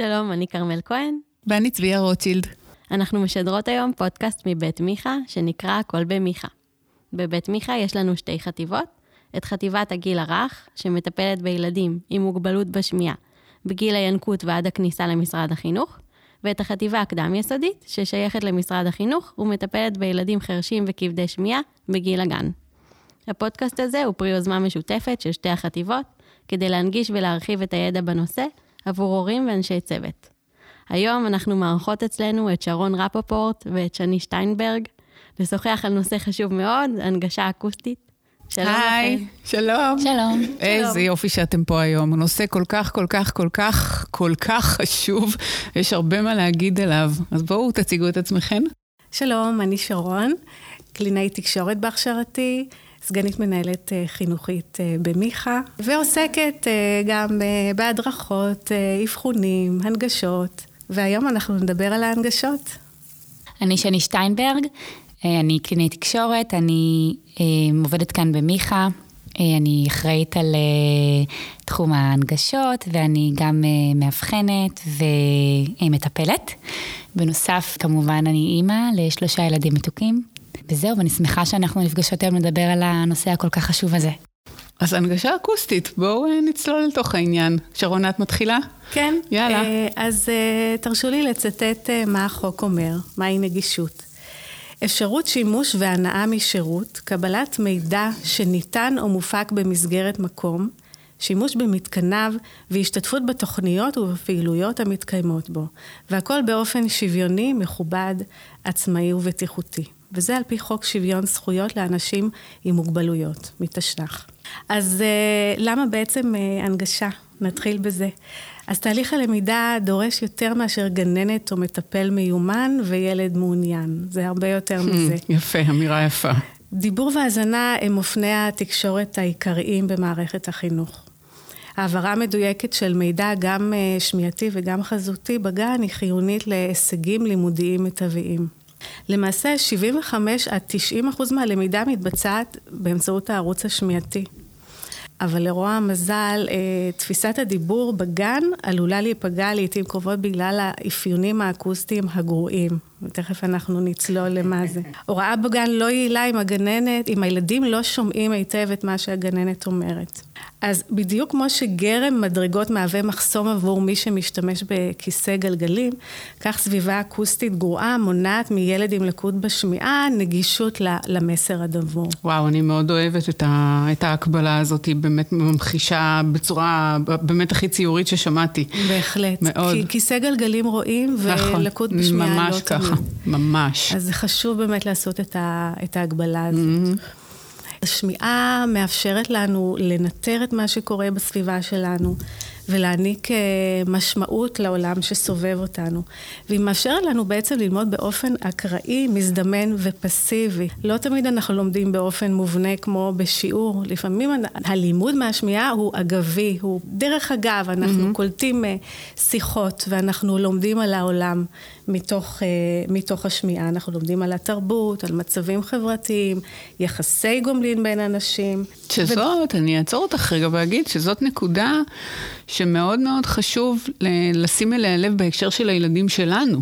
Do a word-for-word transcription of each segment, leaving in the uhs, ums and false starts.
שלום, אני קרמל כהן. ואני צביה רוטשילד. אנחנו משדרות היום פודקאסט מבית מיכה, שנקרא הכל במיכה. בבית מיכה יש לנו שתי חטיבות, את חטיבת הגיל הרך, שמטפלת בילדים עם מוגבלות בשמיעה, בגיל הינקות ועד הכניסה למשרד החינוך, ואת החטיבה הקדם יסודית, ששייכת למשרד החינוך, ומטפלת בילדים חרשים וכבדי שמיעה בגיל הגן. הפודקאסט הזה הוא פרי יוזמה משותפת של שתי החטיבות, כדי להנגיש ולהרחיב את הידע בנושא, עבור הורים ואנשי צוות. היום אנחנו מארחות אצלנו את שרון רפפורט ואת שני שטיינברג, לשוחח על נושא חשוב מאוד, הנגשה אקוסטית. שלום היי, לכם. שלום. שלום. איזה יופי שאתם פה היום. נושא כל כך, כל כך, כל כך, כל כך חשוב. יש הרבה מה להגיד עליו. אז בואו תציגו את עצמכם. שלום, אני שרון, קלינאי תקשורת בהכשרתי, סגנית מנהלת חינוכית במיכה, ועוסקת גם בהדרכות, אבחונים, הנגשות, והיום אנחנו נדבר על ההנגשות. אני שני שטיינברג, אני קלינאית תקשורת, אני עובדת כאן במיכה, אני אחראית על תחום ההנגשות, ואני גם מאבחנת ומטפלת. בנוסף, כמובן, אני אימא לשלושה ילדים מתוקים. וזהו, ואני שמחה שאנחנו נפגשות היום לדבר על הנושא הכל כך חשוב הזה. אז הנגשה אקוסטית, בואו נצלול לתוך העניין. שרון, את מתחילה? כן. יאללה. אז תרשו לי לצטט מה החוק אומר, מהי נגישות. אפשרות שימוש והנאה משירות, קבלת מידע שניתן או מופק במסגרת מקום, שימוש במתקניו והשתתפות בתוכניות ובפעילויות המתקיימות בו, והכל באופן שוויוני, מכובד, עצמאי ובטיחותי. וזה על פי חוק שוויון זכויות לאנשים עם מוגבלויות, מתשנ"ח. אז למה בעצם הנגשה? נתחיל בזה. אז תהליך הלמידה דורש יותר מאשר גננת או מטפל מיומן וילד מעוניין. זה הרבה יותר מזה. יפה, אמירה יפה. דיבור והזנה הם אופני התקשורת העיקריים במערכת החינוך. העברה מדויקת של מידע גם שמיעתי וגם חזותי בגן היא חיונית להישגים לימודיים מיטביים. למעשה, שבעים וחמש עד תשעים אחוז מהלמידה מתבצעת באמצעות הערוץ השמיעתי. אבל לרוע המזל, תפיסת הדיבור בגן עלולה להיפגע לעתים קרובות בגלל האפיונים האקוסטיים הגרועים. ותכף אנחנו נצלול למה זה. הוראה בגן לא יעילה עם הגננת, אם הילדים לא שומעים היטב את מה שהגננת אומרת. אז בדיוק כמו שגרם מדרגות מהווה מחסום עבור מי שמשתמש בכיסא גלגלים, כך סביבה אקוסטית גרועה מונעת מילד עם לקות בשמיעה נגישות למסר הדבור. וואו, אני מאוד אוהבת את, ה, את ההקבלה הזאת, היא באמת ממחישה בצורה באמת הכי ציורית ששמעתי. בהחלט. מאוד. כי כיסא גלגלים רואים ולקות נכון, בשמיעה ממש לא ככה, תמיד. ממש. אז זה חשוב באמת לעשות את, ה, את ההגבלה הזאת. Mm-hmm. השמיעה מאפשרת לנו לנטר את מה שקורה בסביבה שלנו, ולהעניק משמעות לעולם שסובב אותנו. והיא מאפשרת לנו בעצם ללמוד באופן אקראי, מזדמן ופסיבי. לא תמיד אנחנו לומדים באופן מובנה כמו בשיעור. לפעמים הלימוד מהשמיעה הוא אגבי, הוא דרך אגב, אנחנו mm-hmm. קולטים שיחות, ואנחנו לומדים על העולם מתוך, מתוך השמיעה. אנחנו לומדים על התרבות, על מצבים חברתיים, יחסי גומלין בין אנשים. שזאת, ו... אני אעצור אותך רגע ואגיד שזאת נקודה שמאוד מאוד חשוב לשים אליה לב בהקשר של הילדים שלנו.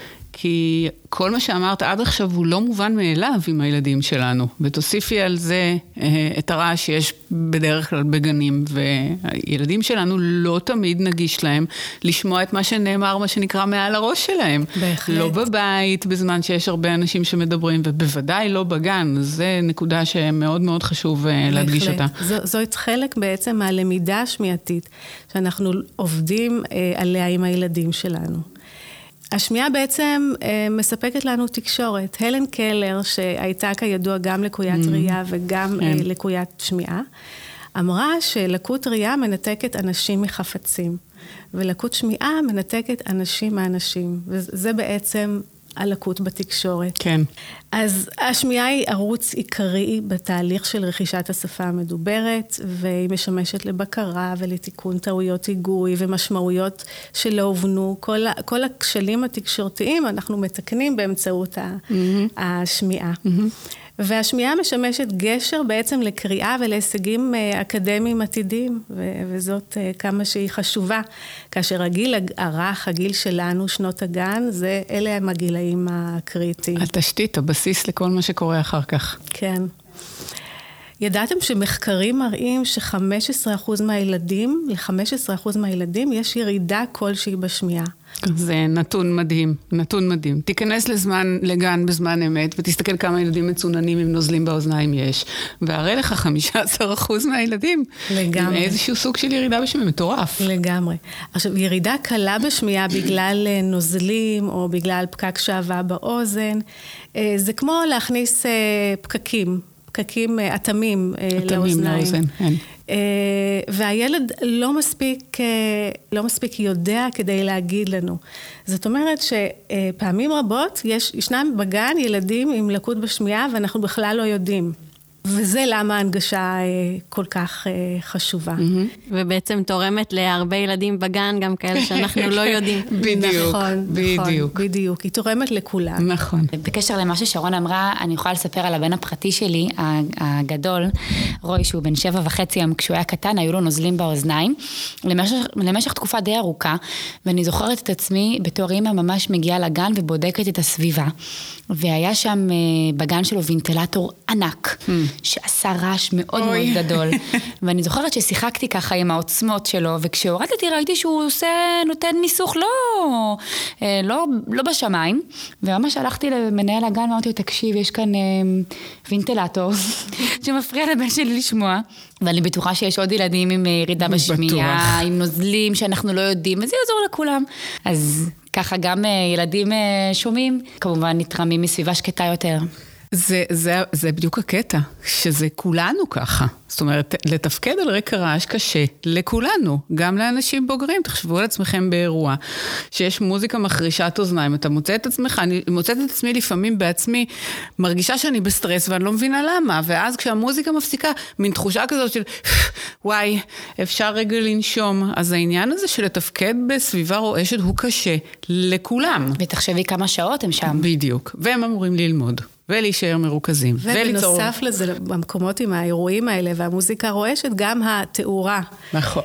כי כל מה שאמרת עד עכשיו הוא לא מובן מאליו עם הילדים שלנו. ותוסיפי על זה את הרעש שיש בדרך כלל בגנים, והילדים שלנו לא תמיד נגיש להם לשמוע את מה שנאמר, מה שנקרא מעל הראש שלהם. בהחלט. לא בבית, בזמן שיש הרבה אנשים שמדברים, ובוודאי לא בגן. זה נקודה שמאוד מאוד חשוב להדגיש אותה. זו, זאת חלק בעצם מהלמידה השמיעתית, שאנחנו עובדים עליה עם הילדים שלנו. השמיעה בעצם אה, מספקת לנו תקשורת. הלן קלר, שהייתה כידוע גם לקוית mm-hmm. ראייה וגם mm-hmm. אה, לקוית שמיעה, אמרה שלקות ראייה מנתקת אנשים מחפצים, ולקות שמיעה מנתקת אנשים מאנשים. וזה בעצם הלקות בתקשורת. כן. אז השמיעה היא ערוץ עיקרי בתהליך של רכישת השפה המדוברת, והיא משמשת לבקרה ולתיקון טעויות היגוי ומשמעויות שלא הובנו. כל, כל הכשלים התקשורתיים אנחנו מתקנים באמצעות mm-hmm. השמיעה. Mm-hmm. והשמיעה משמשת גשר בעצם לקריאה ולהישגים אקדמיים עתידיים, וזאת כמה שהיא חשובה. כאשר הגיל הרך, הגיל שלנו, שנות הגן, זה, אלה הם הגילאים הקריטיים. התשתית, הבסיס לכל מה שקורה אחר כך. כן. ידעתם שמחקרים מראים ש-חמישה עשר אחוז מהילדים, ל-חמישה עשר אחוז מהילדים יש ירידה כלשהי בשמיעה. זה נתון מדהים, נתון מדהים. תיכנס לזמן, לגן בזמן אמת, ותסתכל כמה ילדים מצוננים עם נוזלים באוזניים יש, והרי לך חמישה עשר אחוז מהילדים. לגמרי. עם איזשהו סוג של ירידה בשמיעה, מטורף. לגמרי. עכשיו, ירידה קלה בשמיעה בגלל נוזלים, או בגלל פקק שעבה באוזן, זה כמו להכניס פקקים. פקקים אטמים לאוזניים. לאוזן, כן. והילד לא מספיק, לא מספיק יודע כדי להגיד לנו. זאת אומרת שפעמים רבות יש, ישנם בגן ילדים עם לקות בשמיעה ואנחנו בכלל לא יודעים. וזה למה ההנגשה כל כך חשובה. ובעצם תורמת להרבה ילדים בגן, גם כאלה שאנחנו לא יודעים. בדיוק, נכון, בדיוק. נכון, בדיוק. היא תורמת לכולם. נכון. בקשר למה ששרון אמרה, אני יכולה לספר על הבן הפרטי שלי, הגדול, רוי, שהוא בן שבע וחצי, כשהוא היה קטן, היו לו נוזלים באוזניים, למשך, למשך תקופה די ארוכה, ואני זוכרת את עצמי, בתור אימא ממש מגיעה לגן ובודקת את הסביבה, והיה שם בגן שלו וינטלטור ענק, שעשה רעש מאוד מאוד גדול. ואני זוכרת ששיחקתי ככה עם העוצמות שלו, וכשהורדתי ראיתי שהוא עושה, נותן ניסוך לא, לא, לא בשמיים, וממש הלכתי למנהל הגן, ואמרתי לו, תקשיב, יש כאן וינטלטור, שמפריע לבן שלי לשמוע, ואני בטוחה שיש עוד ילדים עם ירידה בשמיעה, עם נוזלים שאנחנו לא יודעים, וזה יעזור לכולם. אז ככה גם ילדים שומעים, כמובן נתרמים מסביבה שקטה יותר. זה, זה, זה בדיוק הקטע, שזה כולנו ככה. זאת אומרת, לתפקד על רקע רעש קשה, לכולנו, גם לאנשים בוגרים. תחשבו על עצמכם באירוע, שיש מוזיקה מחרישת אוזניים, אתה מוצא את עצמך, אני מוצאת את עצמי לפעמים בעצמי, מרגישה שאני בסטרס ואני לא מבינה למה, ואז כשהמוזיקה מפסיקה, מין תחושה כזאת של, וואי, אפשר רגע לנשום. אז העניין הזה של לתפקד בסביבה רועשת הוא קשה לכולם. ותחשבי כמה שעות הם שם. בדיוק, והם אמורים ללמוד. ולהישאר מרוכזים. ובנוסף לזה, במקומות עם האירועים האלה, והמוזיקה רועשת, גם התאורה. נכון.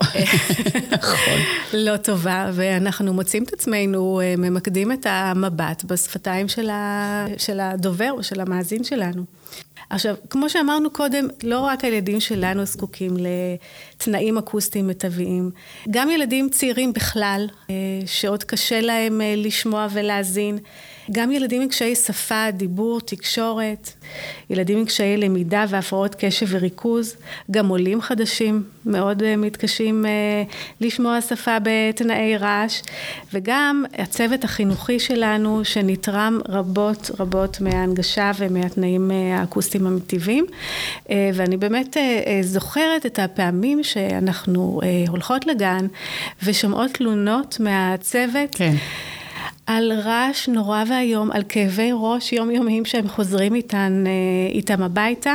נכון. לא טובה, ואנחנו מוצאים את עצמנו, ממקדים את המבט בשפתיים של, ה, של הדובר או של המאזין שלנו. עכשיו, כמו שאמרנו קודם, לא רק הילדים שלנו זקוקים לתנאים אקוסטיים מטבעיים, גם ילדים צעירים בכלל, שעוד קשה להם לשמוע ולהזין, גם ילדים עם קשיי שפה, דיבור, תקשורת, ילדים עם קשיי למידה והפרעות קשב וריכוז, גם עולים חדשים מאוד מתקשים לשמוע שפה בתנאי רעש, וגם הצוות החינוכי שלנו שנתרם רבות רבות מההנגשה ומהתנאים האקוסטיים המטיביים, ואני באמת זוכרת את הפעמים שאנחנו הולכות לגן ושומעות תלונות מהצוות, כן. על רעש נורא והיום, על כאבי ראש יומיומיים שהם חוזרים איתן, איתם הביתה,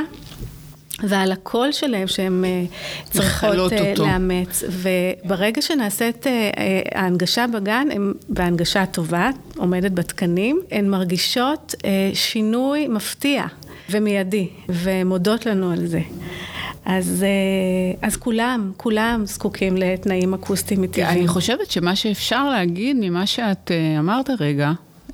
ועל הקול שלהם שהם צריכות לאמץ. וברגע שנעשית ההנגשה בגן, בהנגשה טובה, עומדת בתקנים, הן מרגישות שינוי מפתיע ומיידי, ומודות לנו על זה. אז, אז כולם, כולם זקוקים לתנאים אקוסטיים מטבעיים. אני חושבת שמה שאפשר להגיד ממה שאת אמרת רגע,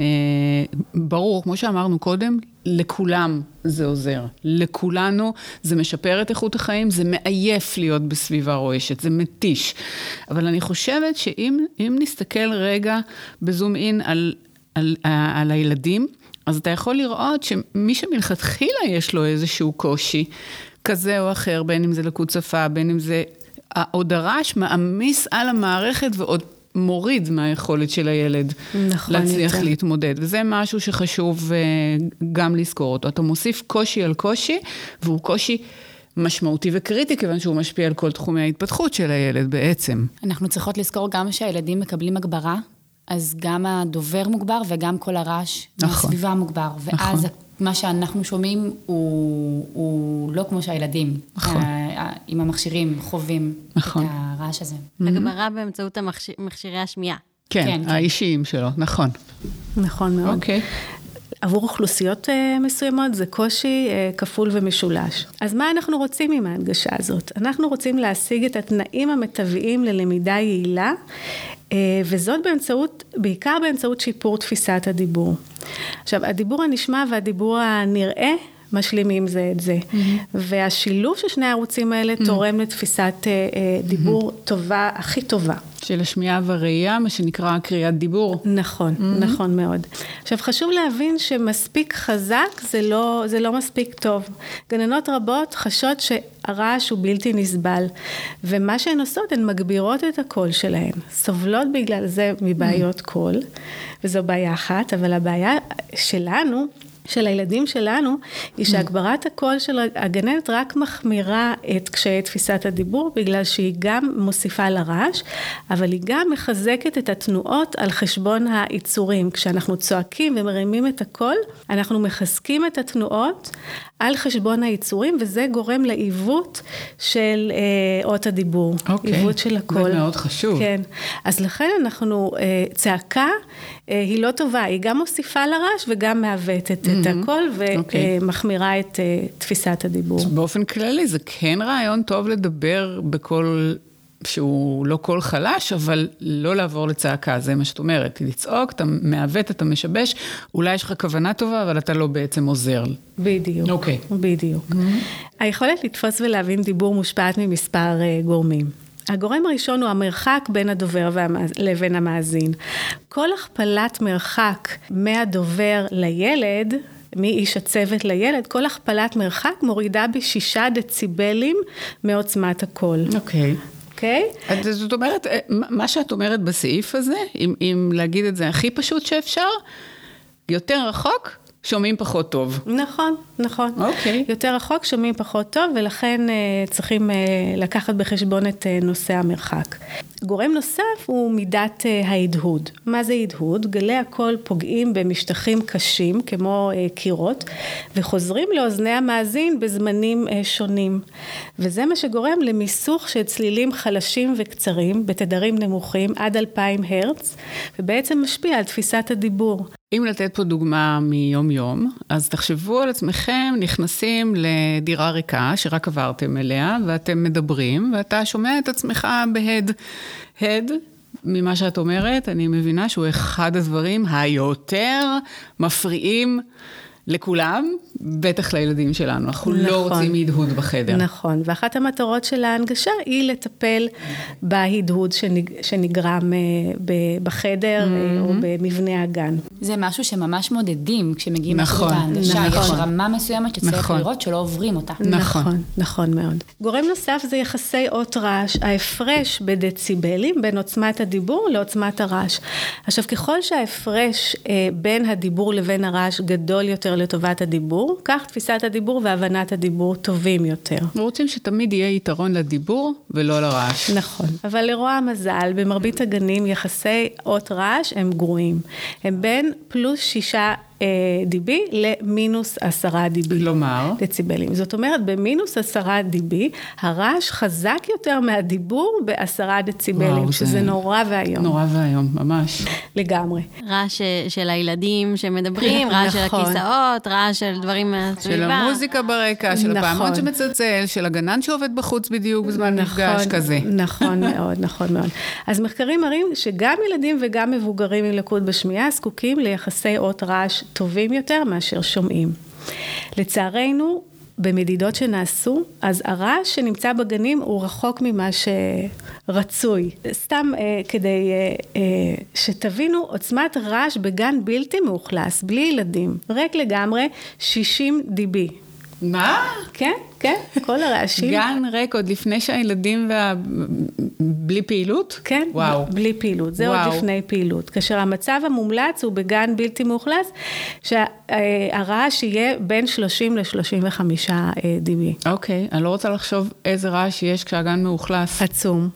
ברור, כמו שאמרנו קודם, לכולם זה עוזר. לכולנו זה משפר את איכות החיים, זה מעייף להיות בסביבה רועשת, זה מתיש. אבל אני חושבת שאם אם נסתכל רגע בזום אין על, על, על הילדים, אז אתה יכול לראות שמי שמלכתחילה יש לו איזשהו קושי, כזה או אחר, בין אם זה לקות שפה, בין אם זה עוד הרעש מעמיס על המערכת ועוד מוריד מהיכולת של הילד נכון, להצליח יותר. להתמודד. וזה משהו שחשוב גם לזכור אותו. אתה מוסיף קושי על קושי, והוא קושי משמעותי וקריטי, כיוון שהוא משפיע על כל תחומי ההתפתחות של הילד בעצם. אנחנו צריכות לזכור גם שהילדים מקבלים הגברה, אז גם הדובר מוגבר וגם כל הרעש נכון. מהסביבה מוגבר. ואז נכון. מה שאנחנו שומעים הוא, הוא לא כמו שהילדים, נכון. עם המכשירים חווים נכון. את הרעש הזה. הגברה באמצעות המכשירי השמיעה. כן, כן, האישיים שלו, נכון. נכון מאוד. אוקיי. עבור אוכלוסיות מסוימות זה קושי כפול ומשולש. אז מה אנחנו רוצים עם ההנגשה הזאת? אנחנו רוצים להשיג את התנאים המטבעיים ללמידה יעילה, וזאת באמצעות, בעיקר באמצעות שיפור תפיסת הדיבור. עכשיו, הדיבור הנשמע והדיבור הנראה, משלימים זה את זה. Mm-hmm. והשילוב של שני הערוצים האלה mm-hmm. תורם לתפיסת uh, דיבור mm-hmm. טובה, הכי טובה. של השמיעה והראייה, מה שנקרא קריאת דיבור. נכון, mm-hmm. נכון מאוד. עכשיו, חשוב להבין שמספיק חזק זה לא, זה לא מספיק טוב. גננות רבות חשות שהרעש הוא בלתי נסבל, ומה שהן עושות, הן מגבירות את הקול שלהן. סובלות בגלל זה מבעיות mm-hmm. קול, וזו בעיה אחת, אבל הבעיה שלנו, של הילדים שלנו, היא שהגברת הקול של הגננת רק מחמירה את קשיי תפיסת הדיבור, בגלל שהיא גם מוסיפה לרעש, אבל היא גם מחזקת את התנועות על חשבון העיצורים. כשאנחנו צועקים ומרימים את הקול, אנחנו מחזקים את התנועות על חשבון העיצורים, וזה גורם לעיוות של אה, אות הדיבור. אוקיי. עיוות של הקול. זה מאוד חשוב. כן. אז לכן אנחנו, אה, צעקה אה, היא לא טובה, היא גם מוסיפה לרעש וגם מעוותת mm-hmm. את הקול, ומחמירה okay. את אה, תפיסת הדיבור. באופן כללי, זה כן רעיון טוב לדבר בקול שהוא לא קול חלש, אבל לא לעבור לצעקה, זה מה שאת אומרת. לצעוק, אתה מעוות, אתה משבש, אולי יש לך כוונה טובה, אבל אתה לא בעצם עוזר. בדיוק. אוקיי. Okay. בדיוק. Mm-hmm. היכולת לתפוס ולהבין דיבור מושפעת ממספר uh, גורמים. הגורם הראשון הוא המרחק בין הדובר והמאז... לבין המאזין. כל הכפלת מרחק מהדובר לילד, מאיש הצוות לילד, כל הכפלת מרחק מורידה בשישה דציבלים מעוצמת הקול. אוקיי. Okay. אוקיי? Okay. זאת אומרת, מה שאת אומרת בסעיף הזה, אם, אם להגיד את זה הכי פשוט שאפשר, יותר רחוק, שומעים פחות טוב. נכון, נכון. אוקיי. Okay. יותר רחוק, שומעים פחות טוב, ולכן uh, צריכים uh, לקחת בחשבון את uh, נושא המרחק. גורם נוסף הוא מידת uh, ההדהוד. מה זה הדהוד? גלי הקול פוגעים במשטחים קשים, כמו uh, קירות, וחוזרים לאוזני המאזין בזמנים uh, שונים. וזה מה שגורם למיסוך של צלילים חלשים וקצרים, בתדרים נמוכים, עד אלפיים הרץ, ובעצם משפיע על תפיסת הדיבור. אם לתת פה דוגמה מיום יום, אז תחשבו על עצמכם, נכנסים לדירה ריקה שרק עברתם אליה, ואתם מדברים, ואתה שומע את עצמך בהד. הד, ממה שאת אומרת, אני מבינה שהוא אחד הדברים היותר מפריעים לכולם, בטח לילדים שלנו. אנחנו נכון. לא רוצים הדהוד בחדר. נכון, ואחת המטרות של ההנגשה היא לטפל בהדהוד שנגרם בחדר mm-hmm. או במבנה הגן. זה משהו שממש מודדים כשמגיעים נכון. לחדר ההנגשה. נכון. יש רמה מסוימת שצריך נכון. לראות שלא עוברים אותה. נכון. נכון, נכון מאוד. גורם נוסף זה יחסי אות רעש, ההפרש בדציבלים בין עוצמת הדיבור לעוצמת הרעש. עכשיו, ככל שההפרש בין הדיבור לבין הרעש גדול יותר לטובת הדיבור, כך תפיסת הדיבור והבנת הדיבור טובים יותר. רוצים שתמיד יהיה יתרון לדיבור ולא לרעש. נכון. אבל לרוע המזל, במרבית הגנים יחסי אות רעש הם גרועים. הם בין פלוס שישה דיבי למינוס עשרה דיבי. כלומר? דציבלים. זאת אומרת, במינוס עשרה דיבי, הרעש חזק יותר מהדיבור בעשרה דציבלים, וואו, שזה זה... נורא והיום. נורא והיום, ממש. לגמרי. רעש של הילדים שמדברים, רעש של הכיסאות, רעש של דברים מהסביבה. של המוזיקה ברקע, של נכון. הפעמון שמצלצל, של הגנן שעובד בחוץ בדיוק בזמן נכון, מפגש כזה. נכון מאוד, נכון מאוד. אז מחקרים מראים שגם ילדים וגם מבוגרים עם לקות בשמיעה זקוקים ליחסי אות רעש טובים יותר מאשר שומעים. לצערנו, במדידות שנעשו, אז הרעש שנמצא בגנים הוא רחוק ממה שרצוי. סתם אה, כדי אה, אה, שתבינו, עוצמת רעש בגן בלתי מאוכלס, בלי ילדים, רק לגמרי שישים דיבי. מה? כן, כן, כל הרעשים. גן ריק עוד לפני שהילדים וה... בלי פעילות? כן, וואו. בלי פעילות, זה וואו. עוד לפני פעילות. כאשר המצב המומלץ הוא בגן בלתי מאוכלס, שהרעש יהיה בין שלושים ל-שלושים וחמישה דיבי. אוקיי, אני לא רוצה לחשוב איזה רעש יש כשהגן מאוכלס. עצום.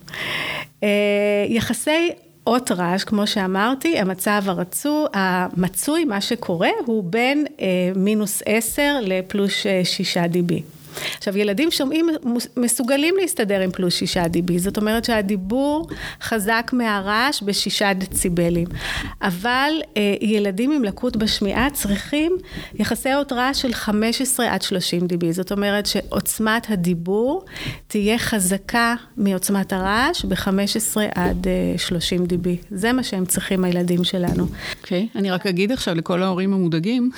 יחסי אות רעש, כמו שאמרתי, המצב הרצוי, המצוי, מה שקורה, הוא בין אה, מינוס עשר לפלוס שישה דיבי. עכשיו, ילדים שומעים מסוגלים להסתדר עם פלוס שישה דיבי, זאת אומרת שהדיבור חזק מהרעש בשישה דציבלים, אבל אה, ילדים עם לקות בשמיעה צריכים יחסי אות רעש של חמש עשרה עד שלושים דיבי, זאת אומרת שעוצמת הדיבור תהיה חזקה מעוצמת הרעש ב-חמש עשרה עד שלושים דיבי. זה מה שהם צריכים הילדים שלנו. אוקיי, okay. אני רק אגיד עכשיו לכל ההורים המודאגים,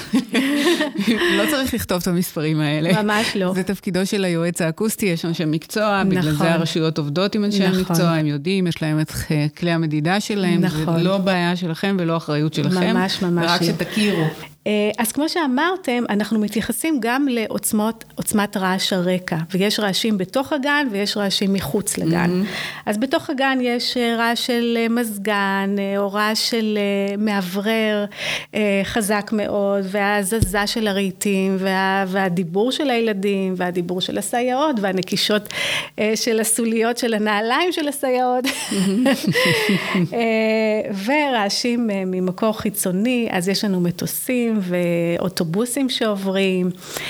לא צריך לכתוב את המספרים האלה. ממש לא. זה תפקידו של היועץ האקוסטי, יש אנשי מקצוע, נכון. בגלל זה הרשויות עובדות עם אנשי נכון. המקצוע, הם יודעים, יש להם את כלי המדידה שלהם, נכון. זה לא בעיה שלכם ולא אחריות שלכם. ממש ממש ורק לא. שתכירו. אז כמו שאמרתם, אנחנו מתייחסים גם לעוצמות, עוצמת רעש הרקע, ויש רעשים בתוך הגן ויש רעשים מחוץ לגן. Mm-hmm. אז בתוך הגן יש רעש של מזגן, או רעש של מעברר חזק מאוד, והזזה של הרהיטים, וה, והדיבור של הילדים, והדיבור של הסייעות, והנקישות של הסוליות של הנעליים של הסייעות, mm-hmm. ורעשים ממקור חיצוני, אז יש לנו מטוסים, ואוטובוסים שעוברים,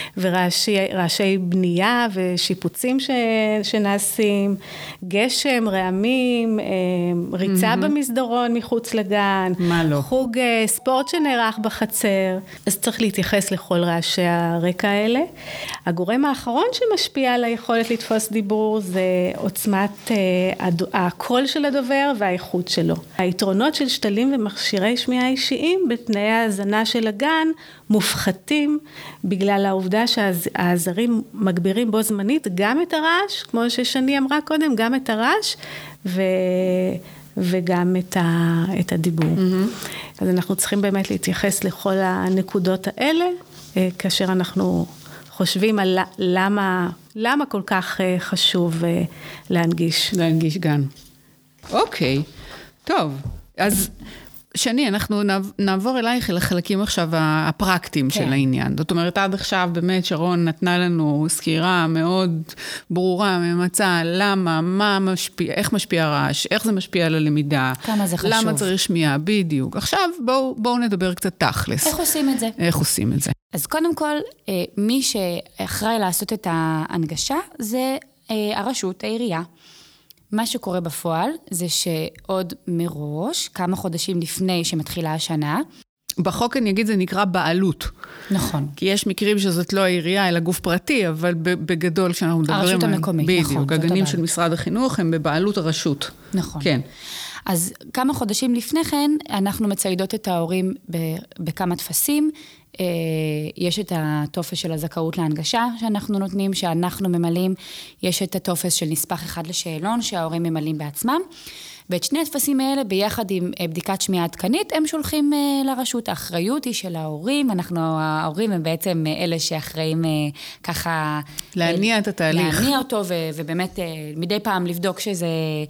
ורעשי בנייה ושיפוצים ש, שנעשים, גשם, רעמים, ריצה mm-hmm. במסדרון מחוץ לגן, לא? חוג ספורט שנערך בחצר, אז צריך להתייחס לכל רעשי הרקע האלה. הגורם האחרון שמשפיע על היכולת לתפוס דיבור, זה עוצמת הקול של הדובר והאיכות שלו. היתרונות של שתלים ומכשירי שמיעה אישיים בתנאי ההזנה של הגן, מופחתים בגלל העובדה שהעזרים מגבירים בו זמנית גם את הרעש, כמו ששני אמרה קודם, גם את הרעש ו... וגם את, ה... את הדיבור. Mm-hmm. אז אנחנו צריכים באמת להתייחס לכל הנקודות האלה, כאשר אנחנו חושבים על למה, למה כל כך חשוב להנגיש. להנגיש גן. אוקיי, טוב, אז... שני, אנחנו נעבור אלייך אל החלקים עכשיו הפרקטיים כן. של העניין. זאת אומרת, עד עכשיו באמת שרון נתנה לנו סקירה מאוד ברורה, ממצה, למה, מה משפיע, איך משפיע הרעש, איך זה משפיע על הלמידה. כמה זה חשוב. למה צריך שמיעה, בדיוק. עכשיו בואו, בואו נדבר קצת תכלס. איך עושים את זה? איך עושים את זה? אז קודם כל, מי שאחראי לעשות את ההנגשה, זה הרשות, העירייה. מה שקורה בפועל זה שעוד מראש, כמה חודשים לפני שמתחילה השנה. בחוק אני אגיד זה נקרא בעלות. נכון. כי יש מקרים שזאת לא העירייה אלא גוף פרטי, אבל בגדול כשאנחנו מדברים... הרשות המקומית, בדיוק, נכון. בדיוק, הגנים של משרד החינוך הם בבעלות הרשות. נכון. כן. אז כמה חודשים לפני כן, אנחנו מציידות את ההורים בכמה תפסים, יש את הטופס של הזכאות להנגשה שאנחנו נותנים, שאנחנו ממלאים, יש את הטופס של נספח אחד לשאלון שההורים ממלאים בעצמם, ואת שני התפסים האלה ביחד עם בדיקת שמיעה עדכנית, הם שולחים לרשות. האחריות היא של ההורים, אנחנו, ההורים הם בעצם אלה שאחראים ככה... להניע את התהליך. להניע אותו ובאמת מדי פעם לבדוק שזה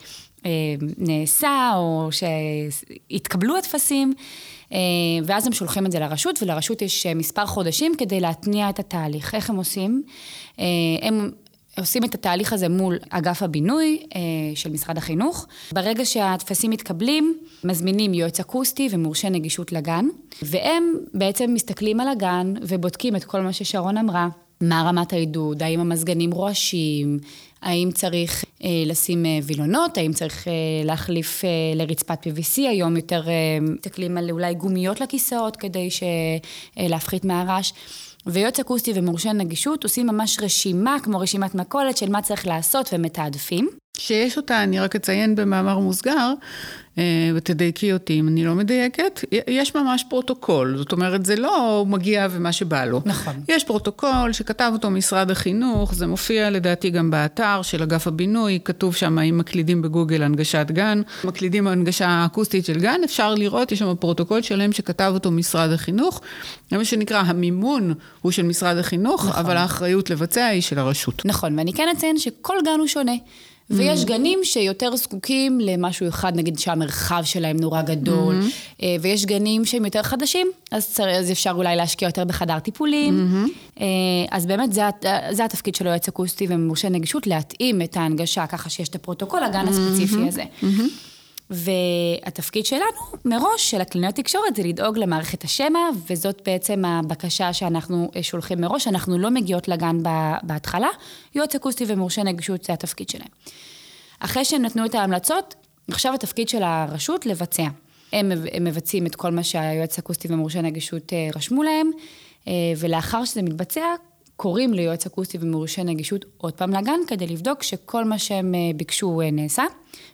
נעשה או שהתקבלו התפסים, ואז הם שולחים את זה לרשות, ולרשות יש מספר חודשים כדי להתניע את התהליך. איך הם עושים? הם עושים את התהליך הזה מול אגף הבינוי של משרד החינוך. ברגע שהתפסים מתקבלים, מזמינים יועץ אקוסטי ומורשה נגישות לגן, והם בעצם מסתכלים על הגן ובודקים את כל מה ששרון אמרה. מה רמת העידוד, האם המזגנים רועשים, האם צריך אה, לשים אה, וילונות, האם צריך אה, להחליף אה, לרצפת פי וי סי, היום יותר אה, תקלים על אולי גומיות לכיסאות כדי ש, אה, להפחית מהרעש. ויועץ אקוסטי ומורשה נגישות עושים ממש רשימה, כמו רשימת מכולת של מה צריך לעשות ומתעדפים. שיש אותה, אני רק אציין במאמר מוסגר, ותדייקי אותי אם אני לא מדייקת, יש ממש פרוטוקול, זאת אומרת, זה לא מגיע ומה שבא לו. נכון. יש פרוטוקול שכתב אותו משרד החינוך, זה מופיע לדעתי גם באתר של אגף הבינוי, כתוב שם, אם מקלידים בגוגל הנגשת גן, מקלידים הנגשה אקוסטית של גן, אפשר לראות, יש שם פרוטוקול שלם שכתב אותו משרד החינוך, זה מה שנקרא, המימון הוא של משרד החינוך, נכון. אבל האחריות לבצע היא של הרשות. נכון, ואני כן אציין שכל גן הוא שונה. ויש גנים שיותר זקוקים למשהו אחד, נגיד שהמרחב שלהם נורא גדול, mm-hmm. ויש גנים שהם יותר חדשים, אז, צר, אז אפשר אולי להשקיע יותר בחדר טיפולים, mm-hmm. אז באמת זה, זה התפקיד של יועץ אקוסטי ומורשה נגישות, להתאים את ההנגשה ככה שיש את הפרוטוקול, הגן הספציפי mm-hmm. הזה. Mm-hmm. והתפקיד שלנו מראש של הקלינאיות תקשורת זה לדאוג למערכת השמע, וזאת בעצם הבקשה שאנחנו שולחים מראש, אנחנו לא מגיעות לגן בהתחלה, יועץ אקוסטי ומורשה נגישות זה התפקיד שלהם. אחרי שהם נתנו את ההמלצות, עכשיו התפקיד של הרשות לבצע. הם, הם מבצעים את כל מה שהיועץ אקוסטי ומורשה נגישות רשמו להם, ולאחר שזה מתבצע, קוראים ליועץ אקוסטי ומורשה נגישות עוד פעם לגן, כדי לבדוק שכל מה שהם ביקשו נעשה,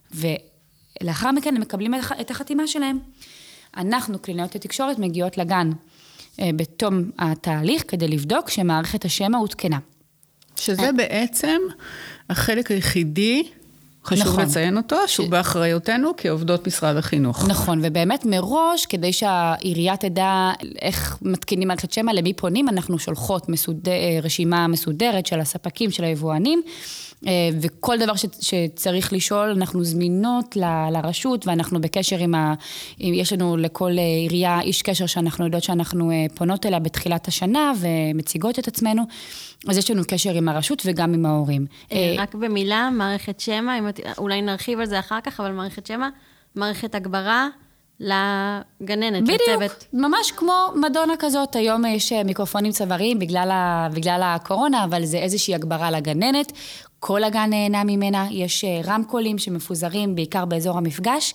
ולאחר מכן הם מקבלים את החתימה שלהם. אנחנו, קלינאיות התקשורת, מגיעות לגן בתום התהליך, כדי לבדוק שמערכת השמע הותקנה. שזה בעצם החלק היחידי, חשוב נכון. לציין אותו, שהוא ש... באחריותנו כעובדות משרד החינוך. נכון, ובאמת מראש, כדי שהעירייה תדע איך מתקינים מערכת שמע, למי פונים, אנחנו שולחות מסוד... רשימה מסודרת של הספקים, של היבואנים, וכל דבר ש... שצריך לשאול, אנחנו זמינות ל... לרשות, ואנחנו בקשר עם ה... יש לנו לכל עירייה איש קשר שאנחנו יודעות שאנחנו פונות אליה בתחילת השנה, ומציגות את עצמנו, אז יש לנו קשר עם הרשות וגם עם ההורים. רק במילה, מערכת שמע, אולי נרחיב על זה אחר כך, אבל מערכת שמע, מערכת הגברה לגננת, בדיוק, לצוות. ממש כמו מדונה כזאת, היום יש מיקרופונים צוואריים בגלל, ה, בגלל הקורונה, אבל זה איזושהי הגברה לגננת, כל הגן נהנה ממנה, יש רמקולים שמפוזרים בעיקר באזור המפגש,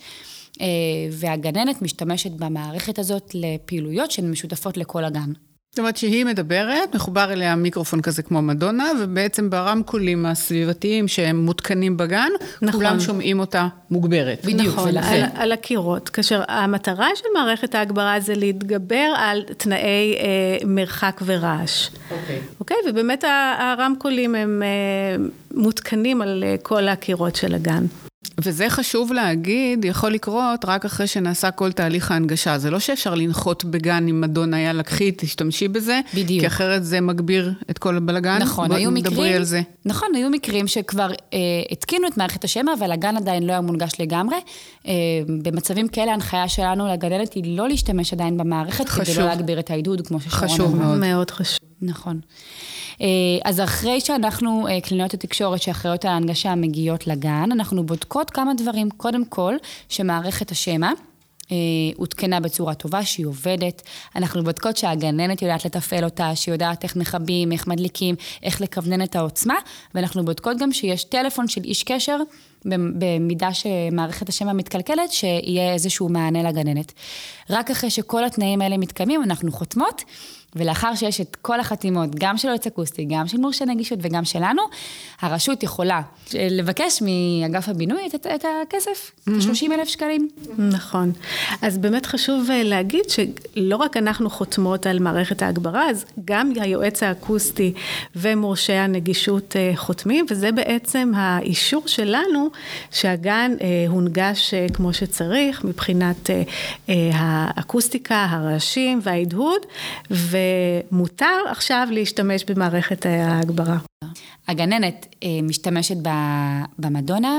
והגננת משתמשת במערכת הזאת לפעילויות שהן משותפות לכל הגן. זאת אומרת שהיא מדברת, מחובר אליה מיקרופון כזה כמו מדונה, ובעצם ברמקולים הסביבתיים שהם מותקנים בגן, נכון. כולם שומעים אותה מוגברת. בדיוק. נכון, על, על הקירות. כאשר המטרה של מערכת ההגברה זה להתגבר על תנאי אה, מרחק ורעש. אוקיי. אוקיי? ובאמת הרמקולים הם אה, מותקנים על כל הקירות של הגן. וזה חשוב להגיד, יכול לקרות רק אחרי שנעשה כל תהליך ההנגשה. זה לא שאפשר לנחות בגן עם מדונה, היה לקחי, תשתמשי בזה, בדיוק. כי אחרת זה מגביר את כל הבלגן. נכון, היו מקרים, על זה. נכון, היו מקרים שכבר אה, התקינו את מערכת השמע, אבל הגן עדיין לא היה מונגש לגמרי. אה, במצבים כאלה, ההנחיה שלנו לגננת היא לא להשתמש עדיין במערכת, חשוב. כדי לא להגביר את העידוד, כמו ששרון. חשוב מאוד. מאוד חשוב. נכון. אז אחרי שאנחנו, קלינאיות התקשורת שאחראיות על ההנגשה מגיעות לגן, אנחנו בודקות כמה דברים. קודם כל, שמערכת השמע הותקנה בצורה טובה, שהיא עובדת. אנחנו בודקות שהגננת יודעת לתפעל אותה, שהיא יודעת איך מכבים, איך מדליקים, איך לכוונן את העוצמה, ואנחנו בודקות גם שיש טלפון של איש קשר, במידה שמערכת השמע מתקלקלת, שיהיה איזשהו מענה לגננת. רק אחרי שכל התנאים האלה מתקיימים, אנחנו חותמות, ולאחר שיש את כל החתימות, גם של יועץ אקוסטי, גם של מורשה נגישות וגם שלנו, הרשות יכולה לבקש מאגף הבינוי את, את הכסף, mm-hmm. שלושים אלף שקלים. נכון. אז באמת חשוב להגיד שלא רק אנחנו חותמות על מערכת ההגברה, אז גם היועץ האקוסטי ומורשה הנגישות חותמים, וזה בעצם האישור שלנו שהגן הונגש כמו שצריך, מבחינת האקוסטיקה, הרעשים וההדהוד, ו... ומותר עכשיו להשתמש במערכת ההגברה. הגננת משתמשת במדונה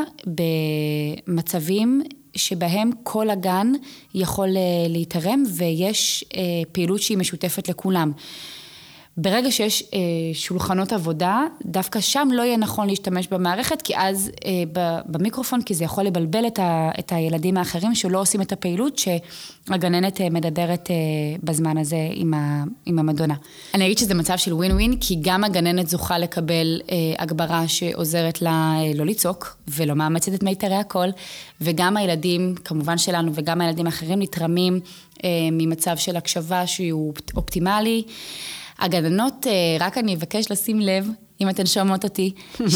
במצבים שבהם כל הגן יכול להתערם, ויש פעילות שהיא משותפת לכולם. ברגע שיש אה, שולחנות עבודה, דווקא שם לא יהיה נכון להשתמש במערכת, כי אז אה, במיקרופון, כי זה יכול לבלבל את, ה, את הילדים האחרים שלא עושים את הפעילות שהגננת אה, מדברת אה, בזמן הזה עם, ה, עם המדונה. אני אגיד שזה מצב של ווין ווין, כי גם הגננת זוכה לקבל אה, הגברה שעוזרת לה אה, לא לצעוק, ולא מאמצת את מיתרי הכל, וגם הילדים, כמובן שלנו, וגם הילדים האחרים נתרמים אה, ממצב של הקשבה שהוא אופטימלי, הגננות, רק אני אבקש לשים לב, אם אתן שומעות אותי,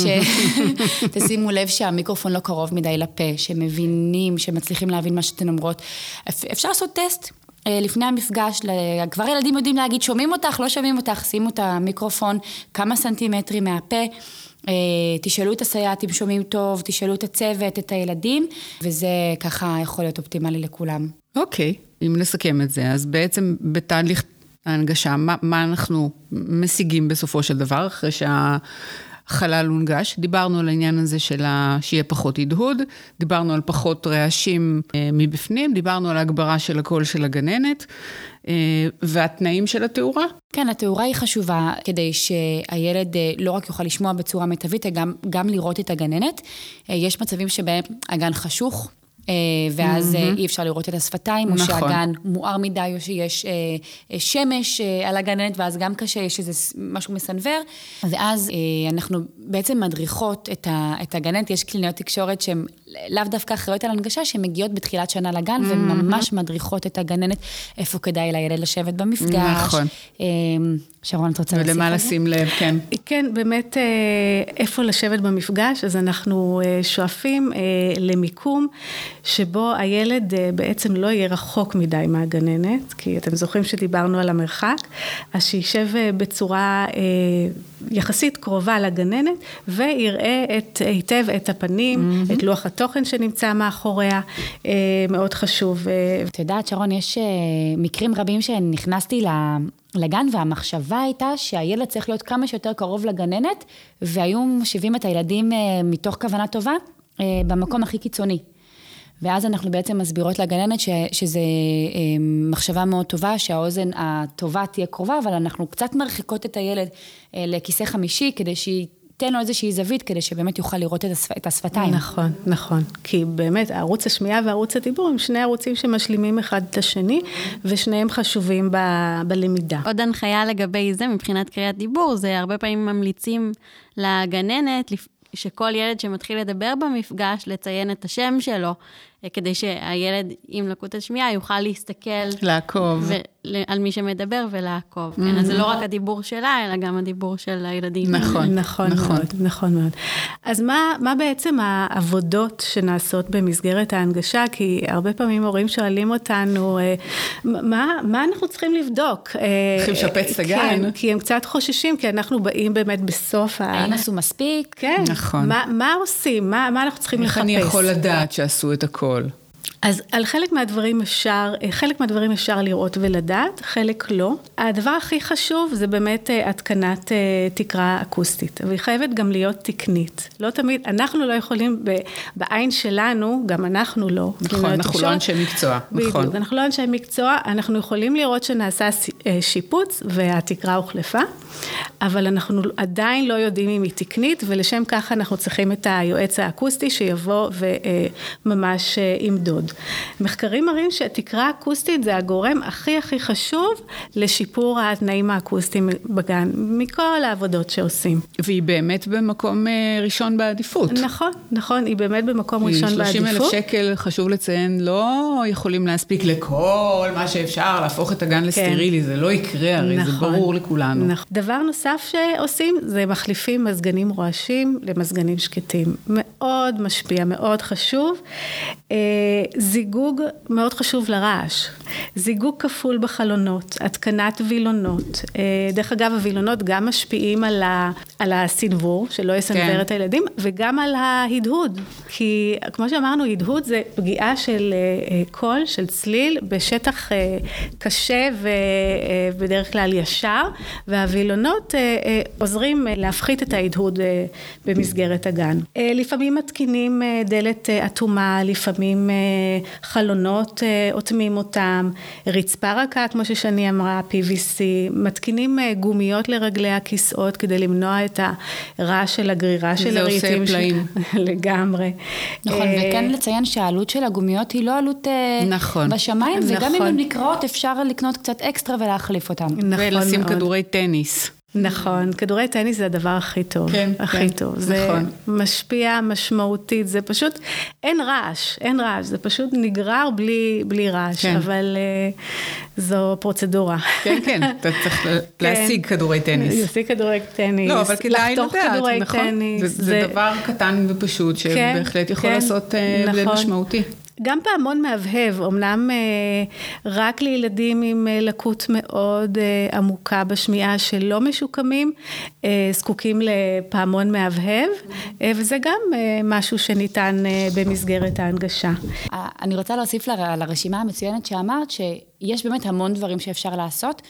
שתשימו לב שהמיקרופון לא קרוב מדי לפה, שמבינים, שמצליחים להבין מה שאתן אומרות. אפשר לעשות טסט לפני המפגש, כבר ילדים יודעים להגיד, שומעים אותך, לא שומעים אותך, שימו את המיקרופון כמה סנטימטרים מהפה, תשאלו את הסייעת אם שומעים טוב, תשאלו את הצוות, את הילדים, וזה ככה יכול להיות אופטימלי לכולם. אוקיי, אם נסכם את זה, אז בעצם בתהליך ההנגשה, מה, מה אנחנו משיגים בסופו של דבר, אחרי שהחלל הונגש. דיברנו על העניין הזה של שיהיה פחות הדהוד, דיברנו על פחות רעשים אה, מבפנים, דיברנו על ההגברה של הקול של הגננת, אה, והתנאים של התאורה. כן, התאורה היא חשובה, כדי שהילד אה, לא רק יוכל לשמוע בצורה מיטבית, גם, גם לראות את הגננת. אה, יש מצבים שבהם הגן חשוך, ואז אי אפשר לראות את השפתיים, או נכון. שהגן מואר מדי, או שיש שמש על הגננת, ואז גם קשה, יש איזה משהו מסנבר. ואז אנחנו בעצם מדריכות את הגננת, יש קלינאיות תקשורת שהן לאו דווקא אחראיות על הנגשה, שהן מגיעות בתחילת שנה לגן, וממש מדריכות את הגננת, איפה כדאי לילד לשבת במפגש. נכון. שרון, את רוצה להוסיף על זה? ולמה לשים לב, כן. כן, באמת, איפה לשבת במפגש, אז אנחנו שואפים למיקום, שבו הילד בעצם לא יהיה רחוק מדי מהגננת, כי אתם זוכרים שדיברנו על המרחק, אז שישב בצורה יחסית קרובה לגננת, ויראה את, היטב את הפנים, mm-hmm. את לוח התוכן שנמצא מאחוריה, מאוד חשוב. את יודעת, שרון, יש מקרים רבים שנכנסתי לגן, והמחשבה הייתה שהילד צריך להיות כמה שיותר קרוב לגננת, והיו משיבים את הילדים מתוך כוונה טובה, במקום הכי קיצוני. ואז אנחנו בעצם מסבירות לגננת ש, שזה מחשבה מאוד טובה, שהאוזן הטובה תהיה קרובה, אבל אנחנו קצת מרחיקות את הילד לכיסא חמישי, כדי שייתן לו איזושהי זווית, כדי שבאמת יוכל לראות את, השפ... את השפתיים. נכון, נכון. כי באמת, הערוץ השמיעה והערוץ הדיבור, הם שני ערוצים שמשלימים אחד את השני, ושניהם חשובים ב... בלמידה. עוד הנחיה לגבי זה, מבחינת קריאת דיבור, זה הרבה פעמים ממליצים לגננת, שכל ילד שמתחיל לדבר במפגש, לציין את השם שלו, כדי שהילד עם לקות השמיעה יוכל להסתכל. לעקוב. על מי שמדבר ולעקוב. כן, אז זה לא רק הדיבור שלה, אלא גם הדיבור של הילדים. נכון, נכון מאוד, נכון מאוד. אז מה, מה בעצם העבודות שנעשות במסגרת ההנגשה? כי הרבה פעמים הורים שואלים אותנו, מה, מה אנחנו צריכים לבדוק? צריכים לשפץ את הגן. כן, כי הם קצת חוששים, כי אנחנו באים באמת בסוף. האם עשו מספיק? כן. נכון. מה, מה עושים? מה, מה אנחנו צריכים לחפש? איך אני יכול לדעת שעשו את הכל? אז על חלק מהדברים אפשר, חלק מהדברים אפשר לראות ולדעת, חלק לא. הדבר הכי חשוב זה באמת התקנת תקרה אקוסטית, והיא חייבת גם להיות תקנית. לא תמיד, אנחנו לא יכולים בעין שלנו, גם אנחנו לא. נכון, אנחנו לא אנשי מקצוע. נכון. בדיוק, אנחנו לא אנשי מקצוע, אנחנו יכולים לראות שנעשה שיפוץ והתקרה הוחלפה, אבל אנחנו עדיין לא יודעים אם היא תקנית, ולשם כך אנחנו צריכים את היועץ האקוסטי שיבוא וממש ימדוד. מחקרים מראים שהתקרה האקוסטית זה הגורם הכי הכי חשוב לשיפור התנאים האקוסטיים בגן, מכל העבודות שעושים. והיא באמת במקום ראשון בעדיפות. נכון, נכון, היא באמת במקום ראשון בעדיפות. שלושים אלף שקל, חשוב לציין, לא יכולים להספיק לכל מה שאפשר, להפוך את הגן לסטרילי, זה לא יקרה, הרי זה ברור לכולנו. נכון. דבר נוסף שעושים, זה מחליפים מזגנים רועשים למזגנים שקטים. מאוד משפיע, מאוד חשוב. זיגוג מאוד חשוב לרעש. זיגוג כפול בחלונות, התקנת וילונות. דרך אגב, הוילונות גם משפיעים על, ה, על הסנבור, שלא יסנבר כן. את הילדים, וגם על ההדהוד. כי כמו שאמרנו, הדהוד זה פגיעה של קול, של צליל, בשטח קשה ובדרך כלל ישר, והוילונות עוזרים להפחית את ההדהוד במסגרת הגן. לפעמים מתקינים דלת אטומה, לפעמים חלונות אוטמים אותם, רצפה רכה, כמו ששני אמרה, פי וי סי, מתקינים גומיות לרגלי הכיסאות, כדי למנוע את הרעש של הגרירה של הרהיטים. זה עושה פלאים. לגמרי. נכון, וכן לציין שהעלות של הגומיות היא לא עלות נכון. בשמיים, וגם אם הן נקראות, אפשר לקנות קצת אקסטרה ולהחליף אותם. נכון. ולשים כדורי טניס. נכון, כדורי טניס זה הדבר הכי טוב, כן, הכי כן, טוב, זה נכון. משפיע משמעותית, זה פשוט, אין רעש, אין רעש, זה פשוט נגרר בלי, בלי רעש, כן. אבל uh, זו פרוצדורה. כן, כן, אתה צריך להשיג כדורי טניס. להשיג כדורי טניס, לא, אבל כדאי לדעת, כדורי נכון? טניס, זה, זה, זה דבר קטן ופשוט, שבהחלט כן, יכול כן, לעשות הבדל נכון. משמעותי. גם פעמון מהבהב, אמנם רק לילדים עם לקות מאוד עמוקה בשמיעה שלא משוקמים, זקוקים לפעמון מהבהב, וזה גם משהו שניתן במסגרת ההנגשה. אני רוצה להוסיף לרשימה המצוינת שאמרת, שיש באמת המון דברים שאפשר לעשות,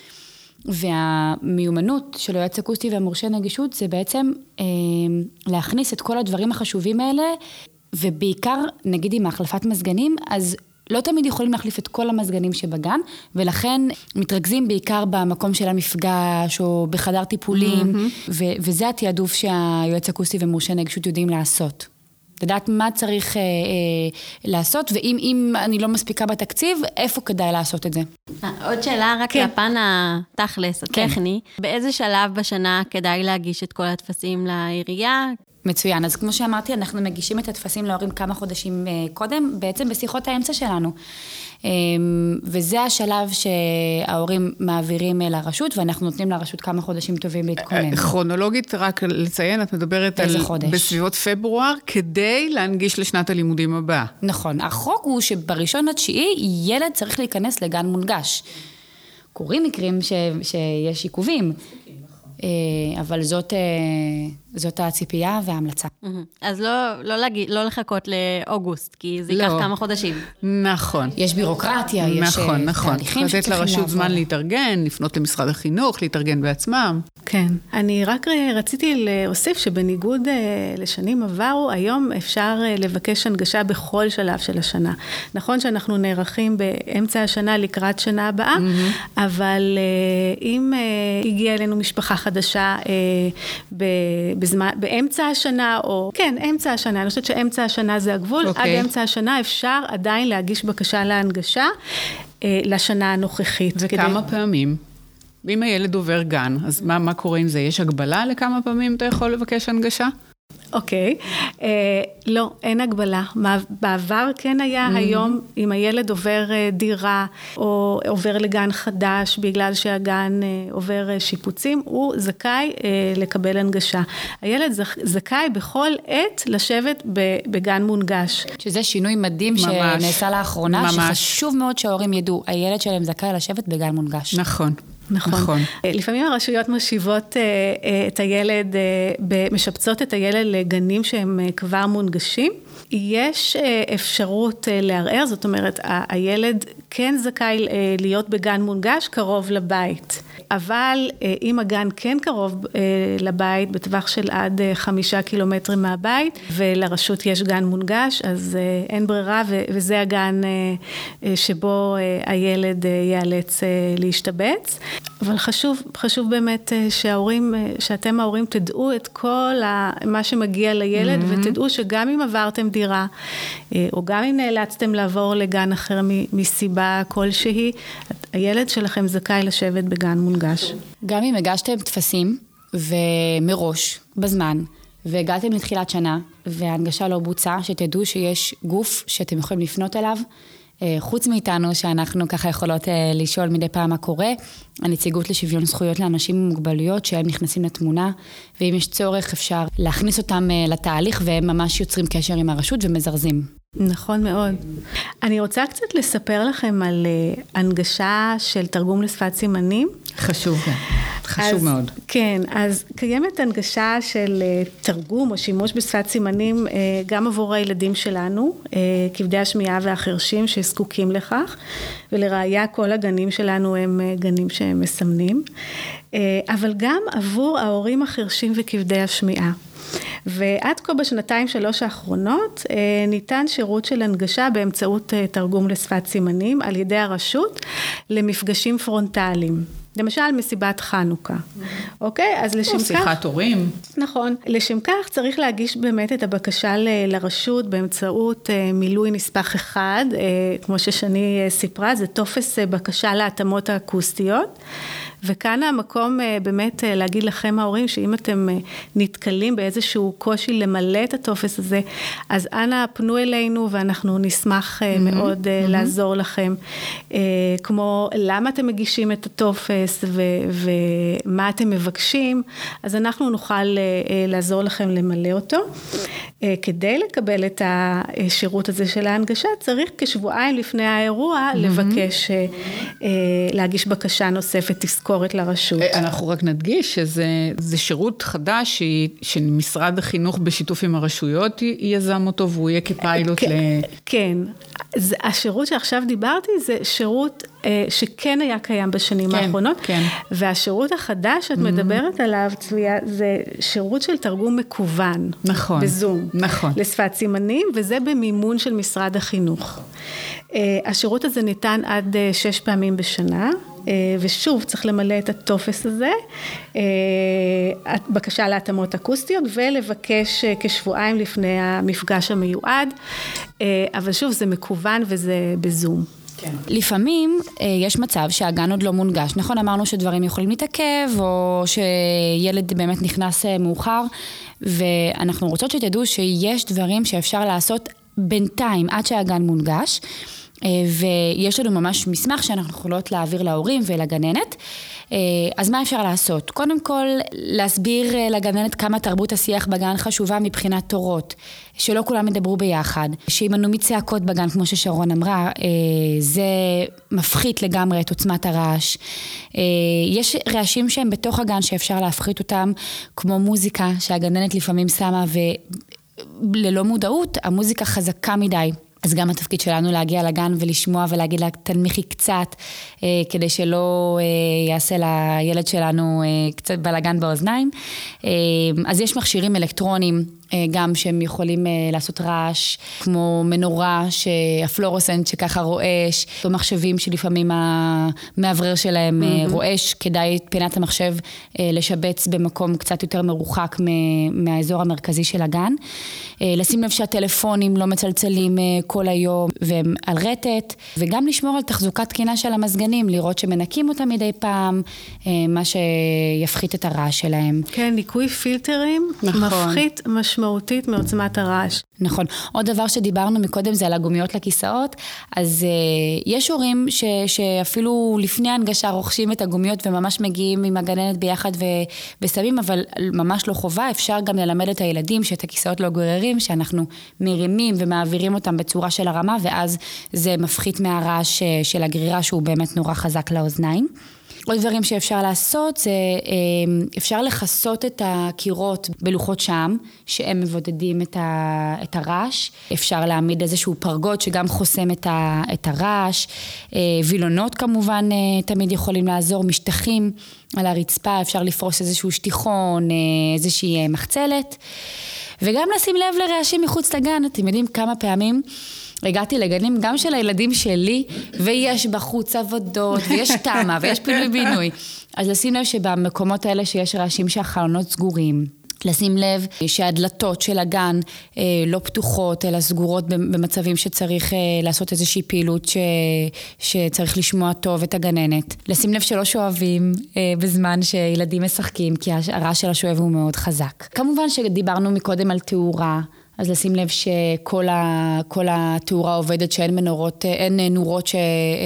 והמיומנות של היועץ אקוסטי והמורשה נגישות, זה בעצם להכניס את כל הדברים החשובים האלה, ובעיקר, נגיד עם החלפת מזגנים, אז לא תמיד יכולים להחליף את כל המזגנים שבגן, ולכן מתרכזים בעיקר במקום של המפגש, או בחדר טיפולים, ו- וזה התיעדוף שהיועץ אקוסטי ומורשה נגישות יודעים לעשות. לדעת מה צריך אה, אה, לעשות, ואם אם אני לא מספיקה בתקציב, איפה כדאי לעשות את זה. עוד שאלה רק כן. לפן התכלס, הטכני. כן. באיזה שלב בשנה כדאי להגיש את כל התפסים לעירייה? מצוין, אז כמו שאמרתי, אנחנו מגישים את התפסים להורים כמה חודשים קודם, בעצם בשיחות האמצע שלנו. וזה השלב שההורים מעבירים לרשות, ואנחנו נותנים לרשות כמה חודשים טובים להתכונן. כרונולוגית, רק לציין, את מדברת על חודש? בסביבות פברואר, כדי להנגיש לשנת הלימודים הבאה. נכון, החוק הוא שבראשון לתשיעי ילד צריך להיכנס לגן מונגש. קורים מקרים ש... שיש עיכובים. אבל זאת, זאת הציפייה וההמלצה. אז לא, לא, להגיד, לא לחכות לאוגוסט, כי זה ייקח לא. כמה חודשים. נכון. יש בירוקרטיה, נכון, יש נכון. תהליכים לתת שצריכים לרשות לעבור. זמן להתארגן, לפנות למשרד החינוך, להתארגן בעצמם. כן. אני רק רציתי להוסיף שבניגוד לשנים עברו, היום אפשר לבקש הנגשה בכל שלב של השנה. נכון שאנחנו נערכים באמצע השנה לקראת שנה הבאה, mm-hmm. אבל אם הגיעה אלינו משפחה חדשה בזמן, באמצע השנה, או כן, אמצע השנה, אני חושבת שאמצע השנה זה הגבול, okay. עד אמצע השנה אפשר עדיין להגיש בקשה להנגשה לשנה הנוכחית. וכמה כדי... פעמים? אם הילד עובר גן, אז מה, מה קורה עם זה? יש הגבלה לכמה פעמים אתה יכול לבקש הנגשה? אוקיי, אה, לא, אין הגבלה. בעבר כן היה, mm-hmm. היום אם הילד עובר דירה, או עובר לגן חדש, בגלל שהגן אה, עובר שיפוצים, הוא זכאי אה, לקבל הנגשה. הילד זכאי בכל עת לשבת בגן מונגש. שזה שינוי מדהים ממש. שנעשה לאחרונה, ממש. שחשוב מאוד שההורים ידעו, הילד שלהם זכאי לשבת בגן מונגש. נכון. נכון. נכון. לפעמים הרשויות משיבות את הילד, משפצות את הילד לגנים שהם כבר מונגשים. יש אפשרות לערער, זאת אומרת, הילד כן זכאי להיות בגן מונגש קרוב לבית. אבל אם הגן כן קרוב לבית, בטווח של עד חמישה קילומטרים מהבית, ולרשות יש גן מונגש, אז אין ברירה, וזה הגן שבו הילד ייאלץ להשתבץ. אבל חשוב, חשוב באמת שההורים, שאתם ההורים תדעו את כל מה שמגיע לילד, mm-hmm. ותדעו שגם אם עברתם דירה, או גם אם נאלצתם לעבור לגן אחר מסיבה כלשהי, הילד שלכם זכאי לשבת בגן מונגש. גם אם הגשתם תפסים, ומראש, בזמן, והגעתם לתחילת שנה, וההנגשה לא בוצעה, שתדעו שיש גוף שאתם יכולים לפנות אליו, חוץ מאיתנו שאנחנו ככה יכולות לשאול מדי פעם מה קורה, הנציגות לשוויון זכויות לאנשים עם מוגבלויות שהם נכנסים לתמונה, ואם יש צורך אפשר להכניס אותם לתהליך, והם ממש יוצרים קשר עם הרשות ומזרזים. נכון מאוד. אני רוצה קצת לספר לכם על הנגשה של תרגום לשפת סימנים. חשוב, חשוב אז, מאוד. כן, אז קיימת הנגשה של תרגום או שימוש בשפת סימנים גם עבור הילדים שלנו, כבדי השמיעה והחרשים שזקוקים לכך, ולראיה כל הגנים שלנו הם גנים שהם מסמנים, אבל גם עבור ההורים החרשים וכבדי השמיעה. ועד כה בשנתיים שלוש האחרונות ניתן שירות של הנגשה באמצעות תרגום לשפת סימנים על ידי הרשות למפגשים פרונטליים. למשל מסיבת חנוכה. אוקיי? אז לשם כך... שיחת הורים. נכון. לשם כך צריך להגיש באמת את הבקשה לרשות באמצעות מילוי נספח אחד, כמו ששני סיפרה, זה טופס בקשה להתאמות האקוסטיות. וכאן המקום באמת להגיד לכם ההורים, שאם אתם נתקלים באיזשהו קושי למלא את הטופס הזה, אז אנא פנו אלינו ואנחנו נשמח mm-hmm, מאוד mm-hmm. לעזור לכם. כמו למה אתם מגישים את הטופס ו- ומה אתם מבקשים, אז אנחנו נוכל לעזור לכם למלא אותו. כדי לקבל את השירות הזה של ההנגשה, צריך כשבועיים לפני האירוע mm-hmm. לבקש, להגיש בקשה נוספת, תזכורת לרשות. אנחנו רק נדגיש שזה שירות חדש שמשרד החינוך בשיתוף עם הרשויות יזם אותו, והוא יהיה כפיילוט ל... כן, השירות שעכשיו דיברתי זה שירות שכן היה קיים בשנים האחרונות, והשירות החדש שאת מדברת עליו, צביה, זה שירות של תרגום מקוון, נכון, בזום, נכון. לשפת סימנים, וזה במימון של משרד החינוך. השירות הזה ניתן עד שש פעמים בשנה, ושוב צריך למלא את הטופס הזה, בקשה להתאמות אקוסטיות, ולבקש כשבועיים לפני המפגש המיועד, אבל שוב זה מקוון וזה בזום. כן. לפעמים יש מצב שהגן עוד לא מונגש, נכון? אמרנו שדברים יכולים להתעכב, או שילד באמת נכנס מאוחר, ואנחנו רוצות שתדעו שיש דברים שאפשר לעשות בינתיים עד שהגן מונגש, ויש לנו ממש מסמך שאנחנו יכולות להעביר להורים ולגננת. אז מה אפשר לעשות? קודם כל, להסביר לגננת כמה תרבות השיח בגן חשובה מבחינת תורות, שלא כולם ידברו ביחד, שימנעו מצעקות בגן, כמו ששרון אמרה, זה מפחית לגמרי את עוצמת הרעש. יש רעשים שהם בתוך הגן שאפשר להפחית אותם, כמו מוזיקה שהגננת לפעמים שמה, וללא מודעות, המוזיקה חזקה מדי. אז גם התפקיד שלנו להגיע לגן ולשמוע ולהגיד לה, תנמיכי קצת, אה, כדי שלא אה, יעשה לילד שלנו אה, קצת בלגן באוזניים. אה, אז יש מכשירים אלקטרונים, אה, גם שהם יכולים אה, לעשות רעש, כמו מנורה שהפלורוסנט שככה רועש, או מחשבים שלפעמים המעברר שלהם אה, רועש, כדאי את פינת המחשב אה, לשבץ במקום קצת יותר מרוחק מהאזור המרכזי של הגן. אה, לשים לב שהטלפונים לא מצלצלים אה, כל היום והם על רטט, וגם לשמור על תחזוקת תקינה של המזגנים, לראות שמנקים אותם מדי פעם, מה שיפחית את הרעש שלהם. כן, ניקוי פילטרים, נכון. מפחית משמעותית מעוצמת הרעש. נכון. עוד דבר שדיברנו מקודם זה על הגומיות לכיסאות, אז uh, יש הורים ש, שאפילו לפני ההנגשה רוכשים את הגומיות וממש מגיעים עם הגננת ביחד ו, ושמים, אבל ממש לא חובה, אפשר גם ללמד את הילדים שאת הכיסאות לא גוררים, שאנחנו מרימים ומעבירים אותם בצורה של הרמה, ואז זה מפחית מהרעש של הגרירה שהוא באמת נורא חזק לאוזניים. עוד דברים שאפשר לעשות זה, אפשר לחסות את הקירות בלוחות שם, שהם מבודדים את, ה, את הרעש. אפשר להעמיד איזשהו פרגוד שגם חוסם את, ה, את הרעש. וילונות כמובן תמיד יכולים לעזור, משטחים על הרצפה, אפשר לפרוס איזשהו שטיחון, איזושהי מחצלת. וגם לשים לב לרעשים מחוץ לגן, אתם יודעים כמה פעמים הגעתי לגנים גם של הילדים שלי, ויש בחוץ עבודות, ויש תמה, ויש פינוי בינוי. אז לשים לב שבמקומות האלה שיש רעשים שהחלונות סגורים, לשים לב שהדלתות של הגן אה, לא פתוחות, אלא סגורות במצבים שצריך אה, לעשות איזושהי פעילות ש, שצריך לשמוע טוב את הגננת. לשים לב שלא שואבים אה, בזמן שילדים משחקים, כי הרעש של השואב הוא מאוד חזק. כמובן שדיברנו מקודם על תאורה, אז לשים לב שכל ה, כל התאורה עובדת, שאין מנורות, אין נורות ש,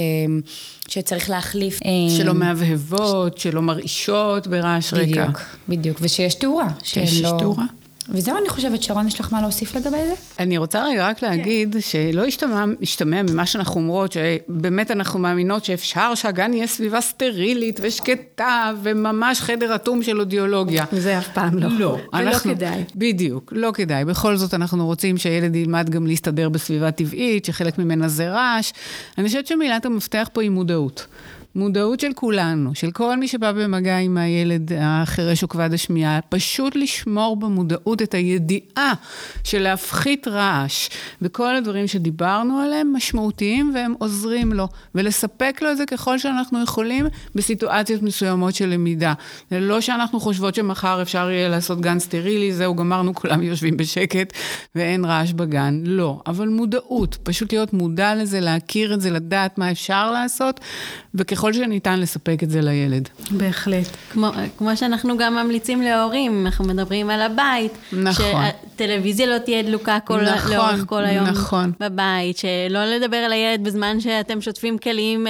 שצריך להחליף. שלא מהבהבות, שלא מרעישות ברעש רקע. בדיוק, בדיוק, ושיש תאורה. שיש לא... תאורה. וזהו אני חושבת, שרון, יש לך מה להוסיף לגבי זה? אני רוצה רגע רק להגיד שלא ישתמע, ישתמע ממה שאנחנו אומרות, שבאמת אנחנו מאמינות שאפשר שהגן יהיה סביבה סטרילית ושקטה, וממש חדר אטום של אודיולוגיה. זה אף פעם לא. לא. ולא אנחנו, כדאי. בדיוק, לא כדאי. בכל זאת אנחנו רוצים שהילד ילמד גם להסתדר בסביבה טבעית, שחלק ממנה זה רעש. אני חושבת שמילת המפתח פה היא מודעות. מודעות של כולנו, של כל מי שבא במגע עם הילד החירש או כבד השמיעה, פשוט לשמור במודעות את הידיעה של להפחית רעש, וכל הדברים שדיברנו עליהם משמעותיים והם עוזרים לו, ולספק לו את זה ככל שאנחנו יכולים בסיטואציות מסוימות של למידה. זה לא שאנחנו חושבות שמחר אפשר יהיה לעשות גן סטרילי, זהו גמרנו, כולם יושבים בשקט ואין רעש בגן, לא. אבל מודעות, פשוט להיות מודע לזה, להכיר את זה, לדעת מה אפשר לעשות, וככל ככל שניתן לספק את זה לילד. בהחלט. כמו, כמו שאנחנו גם ממליצים להורים, אנחנו מדברים על הבית. נכון. שהטלוויזיה לא תהיה דלוקה כל, נכון, לאורך כל היום נכון. בבית, שלא לדבר על הילד בזמן שאתם שוטפים כלים אה,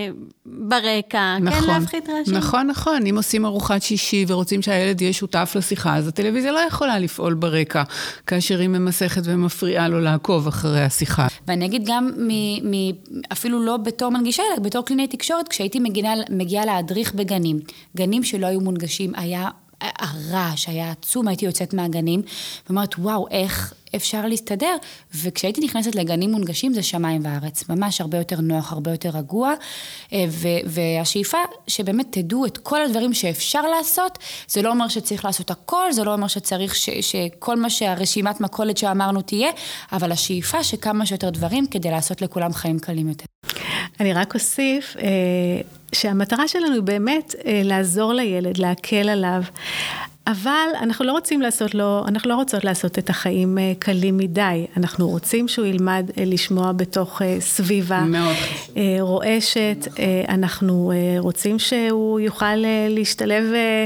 ברקע, נכון, כן להפחית רעשים. נכון, נכון. אם עושים ארוחת שישי ורוצים שהילד יהיה שותף לשיחה, אז הטלוויזיה לא יכולה לפעול ברקע, כאשר היא ממסכת ומפריעה לו לעקוב אחרי השיחה. ואני אגיד גם, מ, מ, אפילו לא בתור מנגישה, אלא בתור קלינאית תקשורת, כשהייתי מגיעה, מגיעה להדריך בגנים, גנים שלא היו מונגשים, היה הרעש, היה עצום, הייתי יוצאת מהגנים, ואומרת, וואו, איך אפשר להסתדר? וכשהייתי נכנסת לגנים מונגשים, זה שמיים וארץ, ממש הרבה יותר נוח, הרבה יותר רגוע, ו- והשאיפה שבאמת תדעו את כל הדברים שאפשר לעשות, זה לא אומר שצריך לעשות הכל, זה לא אומר שצריך ש- שכל מה שהרשימת מכולת שאמרנו תהיה, אבל השאיפה שכמה שיותר דברים כדי לעשות לכולם חיים קלים יותר. אני רק אוסיף שהמטרה שלנו היא באמת לעזור לילד, להקל עליו, אבל אנחנו לא רוצים לעשות לו, אנחנו לא רוצות לעשות את החיים קלים מדי, אנחנו רוצים שהוא ילמד לשמוע בתוך סביבה רועשת, אנחנו רוצים שהוא יוכל להשתלב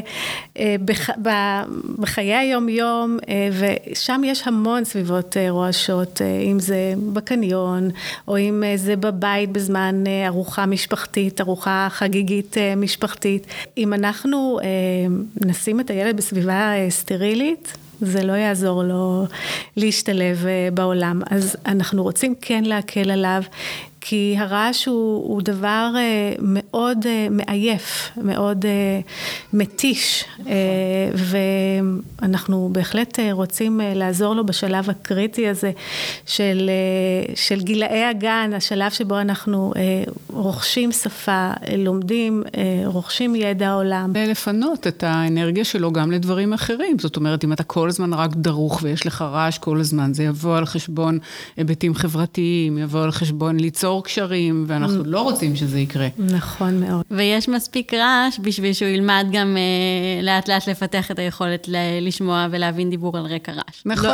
בחיי היום יום, ושם יש המון סביבות רועשות, אם זה בקניון, או אם זה בבית בזמן ארוחה משפחתית, ארוחה חגיגית משפחתית. אם אנחנו נשים את הילד בסביבה, סביבה סטרילית, זה לא יעזור לו להשתלב בעולם. אז אנחנו רוצים כן להקל עליו, כי הרעש הוא, הוא דבר מאוד מעייף, מאוד מתיש, ואנחנו בהחלט רוצים לעזור לו בשלב הקריטי הזה של, של גילאי הגן, השלב שבו אנחנו רוכשים שפה, לומדים, רוכשים ידע עולם. לפנות את האנרגיה שלו גם לדברים אחרים, זאת אומרת, אם אתה כל הזמן רק דרוך ויש לך רעש כל הזמן, זה יבוא על חשבון היבטים חברתיים, יבוא על חשבון ליצור קשרים, ואנחנו לא רוצים שזה יקרה. נכון מאוד. ויש מספיק רעש בשביל שהוא ילמד גם לאט לאט לפתח את היכולת לשמוע ולהבין דיבור על רקע רעש. נכון,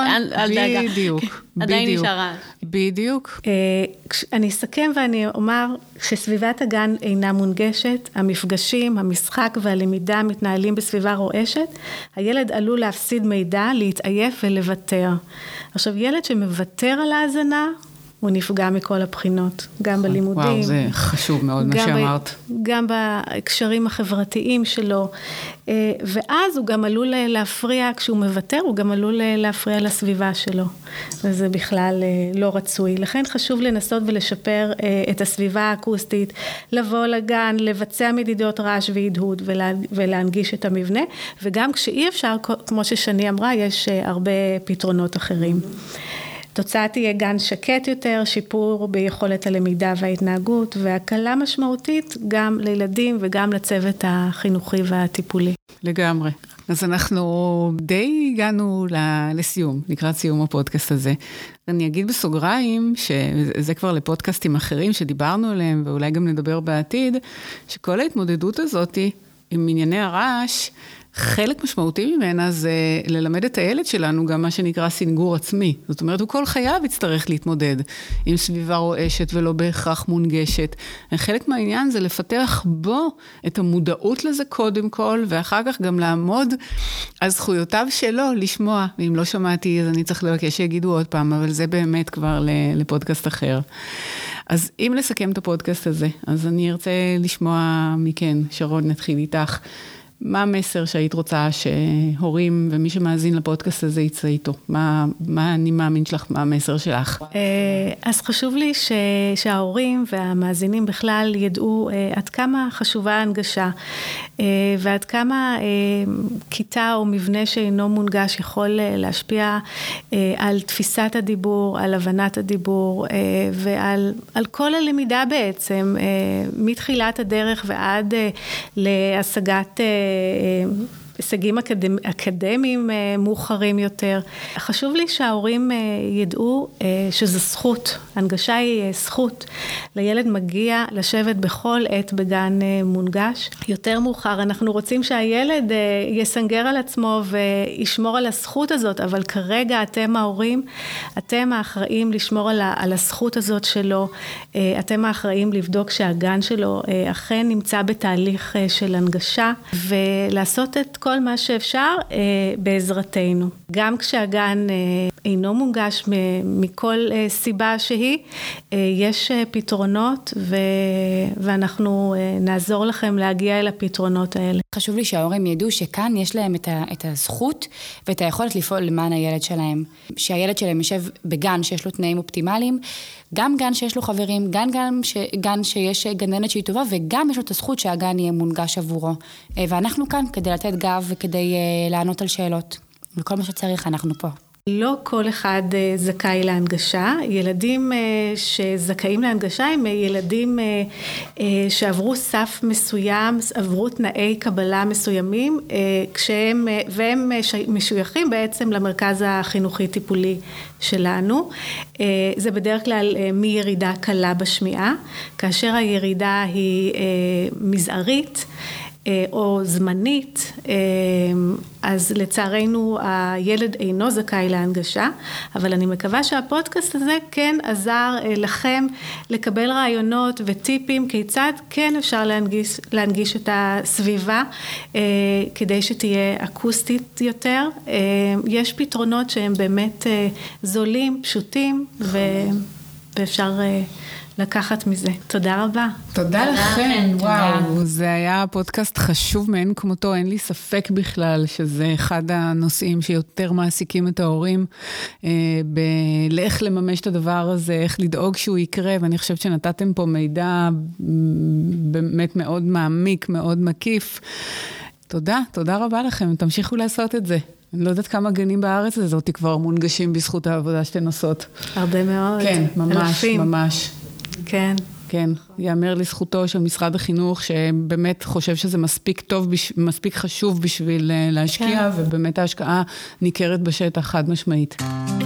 בדיוק. עדיין נשאר רעש. בדיוק. אני אסכם ואני אומר שסביבת הגן אינה מונגשת, המפגשים, המשחק והלמידה מתנהלים בסביבה רועשת, הילד עלול להפסיד מידע, להתעייף ולוותר. עכשיו, ילד שמוותר על ההזנה, הוא נפגע מכל הבחינות, גם בלימודים. וואו, זה חשוב מאוד מה שאמרת. גם בקשרים החברתיים שלו, ואז הוא גם עלול להפריע, כשהוא מוותר, הוא גם עלול להפריע לסביבה שלו, וזה בכלל לא רצוי. לכן חשוב לנסות ולשפר את הסביבה האקוסטית, לבוא לגן, לבצע מדידות רעש והדהוד, ולהנגיש את המבנה, וגם כשאי אפשר, כמו ששני אמרה, יש הרבה פתרונות אחרים. תוצאה תהיה גן שקט יותר, שיפור ביכולת הלמידה וההתנהגות, והקלה משמעותית גם לילדים וגם לצוות החינוכי והטיפולי. לגמרי. אז אנחנו די הגענו לסיום, לקראת סיום הפודקאסט הזה. אני אגיד בסוגריים, שזה כבר לפודקאסטים אחרים שדיברנו עליהם, ואולי גם נדבר בעתיד, שכל ההתמודדות הזאת עם ענייני הרעש, חלק משמעותי ממנה זה ללמד את הילד שלנו גם מה שנקרא סינגור עצמי. זאת אומרת, הוא כל חייו יצטרך להתמודד עם סביבה רועשת ולא בהכרח מונגשת. חלק מהעניין זה לפתח בו את המודעות לזה קודם כל, ואחר כך גם לעמוד על זכויותיו שלו לשמוע. ואם לא שמעתי, אז אני צריך לבקש שיגידו עוד פעם, אבל זה באמת כבר לפודקאסט אחר. אז אם לסכם את הפודקאסט הזה, אז אני ארצה לשמוע מכן, שרון, נתחיל איתך. מה המסר שהיית רוצה שהורים ומי שמאזין לפודקאסט הזה יצא איתו? מה, מה אני מאמין שלך, מה המסר שלך? אז חשוב לי ש, שההורים והמאזינים בכלל ידעו עד כמה חשובה ההנגשה, ועד כמה כיתה או מבנה שאינו מונגש יכול להשפיע על תפיסת הדיבור, על הבנת הדיבור, ועל על כל הלמידה בעצם, מתחילת הדרך ועד להשגת הישגים אקדמ... אקדמיים מאוחרים יותר. חשוב לי שההורים ידעו שזו זכות, הנגשה היא זכות. לילד מגיע לשבת בכל עת בגן מונגש. יותר מאוחר, אנחנו רוצים שהילד יסנגר על עצמו וישמור על הזכות הזאת, אבל כרגע אתם ההורים, אתם האחראים לשמור על, ה... על הזכות הזאת שלו, אתם האחראים לבדוק שהגן שלו אכן נמצא בתהליך של הנגשה, ולעשות את כל מה שאפשר אה, בעזרתנו. גם כשהגן אה, אינו מונגש מכל אה, סיבה שהיא, אה, יש אה, פתרונות ו... ואנחנו אה, נעזור לכם להגיע אל הפתרונות האלה. חשוב לי שההורים ידעו שכאן יש להם את, ה... את הזכות ואת היכולת לפעול למען הילד שלהם. שהילד שלהם יושב בגן שיש לו תנאים אופטימליים, גם גן שיש לו חברים, גם גן, ש... גן שיש גננת שהיא טובה, וגם יש לו את הזכות שהגן יהיה מונגש עבורו. ואנחנו כאן כדי לתת גב וכדי לענות על שאלות. וכל מה שצריך אנחנו פה. לא כל אחד זכאי להנגשה. ילדים שזכאים להנגשה הם ילדים שעברו סף מסוים, עברו תנאי קבלה מסוימים, כשהם, והם משויכים בעצם למרכז החינוכי טיפולי שלנו. זה בדרך כלל מירידה קלה בשמיעה, כאשר הירידה היא מזערית, או זמנית, אז לצערנו הילד אינו זכאי להנגשה, אבל אני מקווה שהפודקאסט הזה כן עזר לכם לקבל רעיונות וטיפים כיצד כן אפשר להנגיש, להנגיש את הסביבה כדי שתהיה אקוסטית יותר. יש פתרונות שהם באמת זולים, פשוטים, ואפשר לקחת מזה. תודה רבה. תודה לכם, וואו, זה היה פודקאסט חשוב מאין כמותו, אין לי ספק בכלל שזה אחד הנושאים שיותר מעסיקים את ההורים, אה, לאיך לממש את הדבר הזה, איך לדאוג שהוא יקרה, ואני חושבת שנתתם פה מידע באמת מאוד מעמיק, מאוד מקיף. תודה, תודה רבה לכם, תמשיכו לעשות את זה. אני לא יודעת כמה גנים בארץ הזאת כבר מונגשים בזכות העבודה שאתן עושות. הרבה מאוד. כן, ממש, אלפים. ממש. כן. כן, יאמר לזכותו של משרד החינוך, שבאמת חושב שזה מספיק טוב, מספיק חשוב בשביל להשקיע, כן. ובאמת ההשקעה ניכרת בשטח חד משמעית.